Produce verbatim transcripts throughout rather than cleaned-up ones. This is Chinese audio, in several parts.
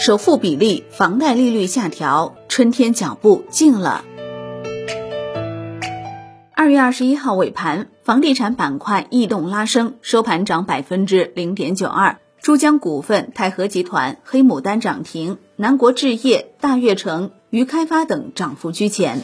首付比例、房贷利率下调，春天脚步近了。二月二十一号尾盘，房地产板块异动拉升，收盘涨百分之零点九二。珠江股份、泰禾集团、黑牡丹涨停，南国置业、大悦城、渝开发等涨幅居前。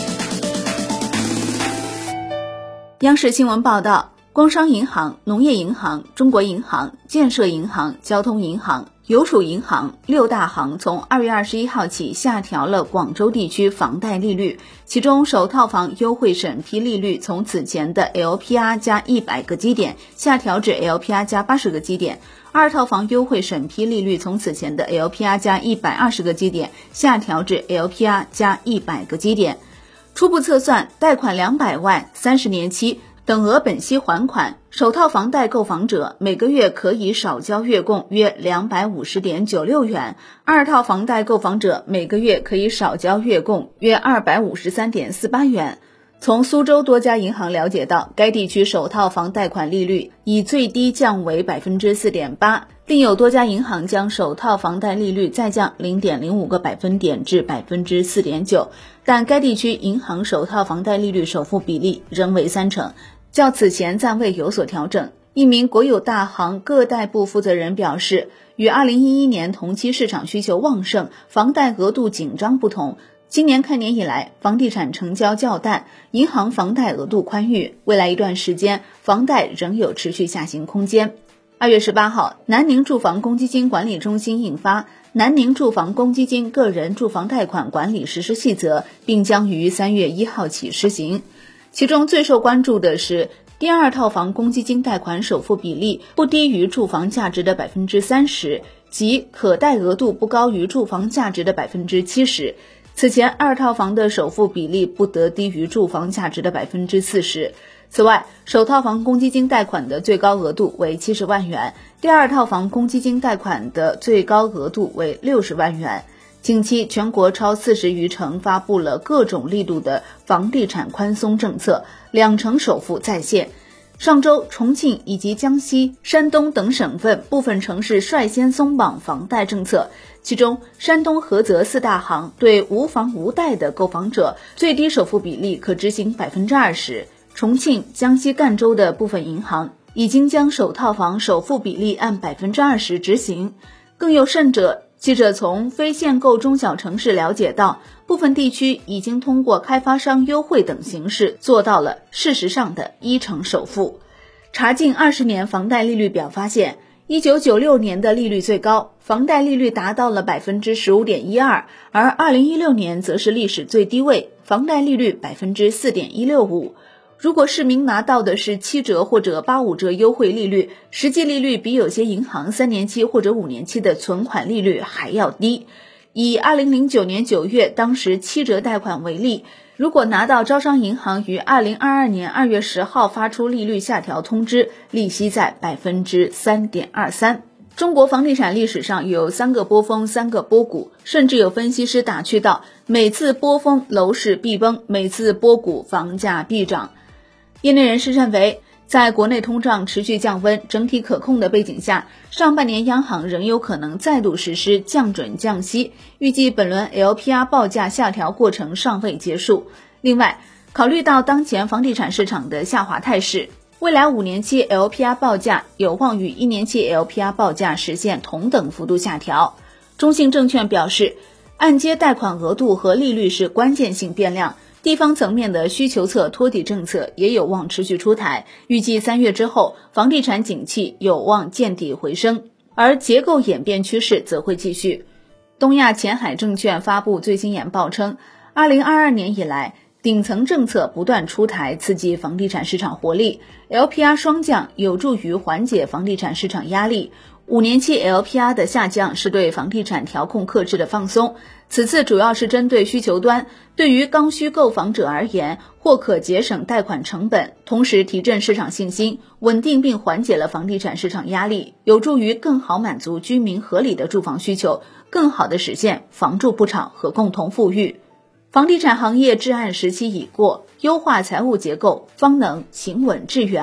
央视新闻报道，工商银行、农业银行、中国银行、建设银行、交通银行、邮储银行六大行从二月二十一号起下调了广州地区房贷利率，其中首套房优惠审批利率从此前的 L P R 加一百个基点下调至 L P R 加八十个基点，二套房优惠审批利率从此前的 L P R 加一百二十个基点下调至 L P R 加一百个基点。初步测算，贷款两百万，三十年期，等额本息还款，首套房贷购房者每个月可以少交月供约 两百五十点九六元，二套房贷购房者每个月可以少交月供约 二百五十三点四八元。从苏州多家银行了解到，该地区首套房贷款利率已最低降为 百分之四点八， 另有多家银行将首套房贷利率再降 零点零五个百分点至 百分之四点九， 但该地区银行首套房贷利率首付比例仍为三成，较此前暂未有所调整。一名国有大行各贷部负责人表示，与二零一一年同期市场需求旺盛、房贷额度紧张不同，今年开年以来，房地产成交较淡，银行房贷额度宽裕，未来一段时间房贷仍有持续下行空间。二月十八号，南宁住房公积金管理中心印发《南宁住房公积金个人住房贷款管理实施细则》，并将于三月一号起施行。其中最受关注的是第二套房公积金贷款首付比例不低于住房价值的 百分之三十， 即可贷额度不高于住房价值的 百分之七十。此前二套房的首付比例不得低于住房价值的 百分之四十。此外，首套房公积金贷款的最高额度为七十万元，第二套房公积金贷款的最高额度为六十万元。近期全国超四十余城发布了各种力度的房地产宽松政策，两成首付在线。上周，重庆以及江西、山东等省份部分城市率先松绑房贷政策，其中山东菏泽四大行对无房无贷的购房者最低首付比例可执行 百分之二十， 重庆、江西赣州的部分银行已经将首套房首付比例按 百分之二十 执行。更有甚者，记者从非限购中小城市了解到，部分地区已经通过开发商优惠等形式做到了事实上的一成首付。查近二十年房贷利率表发现，一九九六年的利率最高，房贷利率达到了 百分之十五点一二， 而二零一六年则是历史最低位，房贷利率 百分之四点一六五。如果市民拿到的是七折或者八五折优惠利率，实际利率比有些银行三年期或者五年期的存款利率还要低。以二零零九年九月当时七折贷款为例，如果拿到招商银行于二零二二年二月十号发出利率下调通知，利息在 百分之三点二三。中国房地产历史上有三个波峰，三个波谷，甚至有分析师打趣到，每次波峰楼市必崩，每次波谷房价必涨。业内人士认为，在国内通胀持续降温、整体可控的背景下，上半年央行仍有可能再度实施降准降息，预计本轮 L P R 报价下调过程尚未结束。另外，考虑到当前房地产市场的下滑态势，未来五年期 L P R 报价有望与一年期 L P R 报价实现同等幅度下调。中信证券表示，按揭贷款额度和利率是关键性变量，地方层面的需求侧托底政策也有望持续出台，预计三月之后，房地产景气有望见底回升，而结构演变趋势则会继续。东亚前海证券发布最新研报称，二零二二年以来，顶层政策不断出台，刺激房地产市场活力， L P R 双降有助于缓解房地产市场压力。五年期 L P R 的下降是对房地产调控克制的放松，此次主要是针对需求端，对于刚需购房者而言，或可节省贷款成本，同时提振市场信心，稳定并缓解了房地产市场压力，有助于更好满足居民合理的住房需求，更好地实现房住不炒和共同富裕。房地产行业至暗时期已过，优化财务结构方能行稳致远。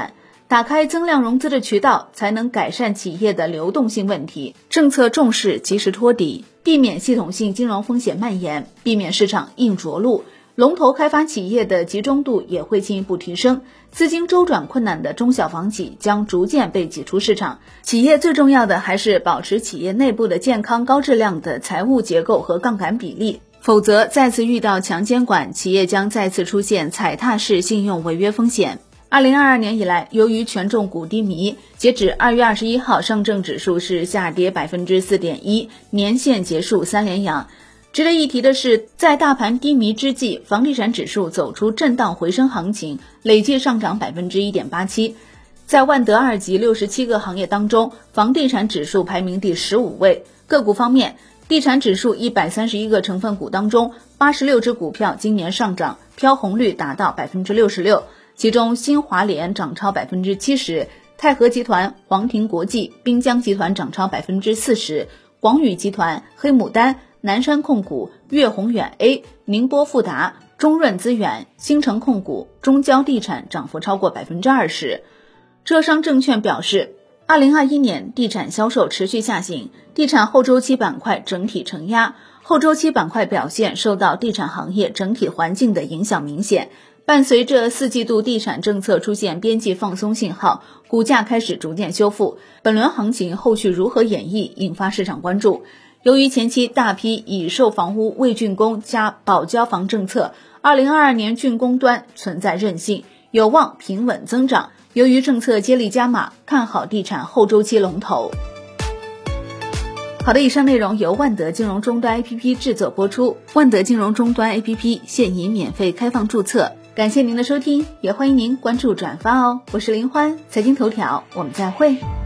打开增量融资的渠道，才能改善企业的流动性问题。政策重视及时托底，避免系统性金融风险蔓延，避免市场硬着陆。龙头开发企业的集中度也会进一步提升，资金周转困难的中小房企将逐渐被挤出市场。企业最重要的还是保持企业内部的健康高质量的财务结构和杠杆比例，否则再次遇到强监管，企业将再次出现踩踏式信用违约风险。二零二二年以来，由于权重股低迷，截止二月二十一号，上证指数是下跌百分之四点一，年线结束三连阳。值得一提的是，在大盘低迷之际，房地产指数走出震荡回升行情，累计上涨百分之一点八七。在万德二级六十七个行业当中，房地产指数排名第十五位。个股方面，地产指数一百三十一个成分股当中，八十六只股票今年上涨，飘红率达到百分之六十六。其中新华联涨超百分之七十，泰禾集团、皇庭国际、滨江集团涨超百分之四十，广宇集团、黑牡丹、南山控股、粤宏远 A、宁波富达、中润资源、新城控股、中交地产涨幅超过百分之二十。浙商证券表示，二零二一年地产销售持续下行，地产后周期板块整体承压，后周期板块表现受到地产行业整体环境的影响明显。伴随着四季度地产政策出现边际放松信号，股价开始逐渐修复。本轮行情后续如何演绎，引发市场关注。由于前期大批已售房屋未竣工加保交房政策，二零二二年竣工端存在韧性，有望平稳增长。由于政策接力加码，看好地产后周期龙头。好的，以上内容由万德金融终端 A P P 制作播出。万德金融终端 A P P 现已免费开放注册，感谢您的收听，也欢迎您关注转发哦。我是林欢，财经头条，我们再会。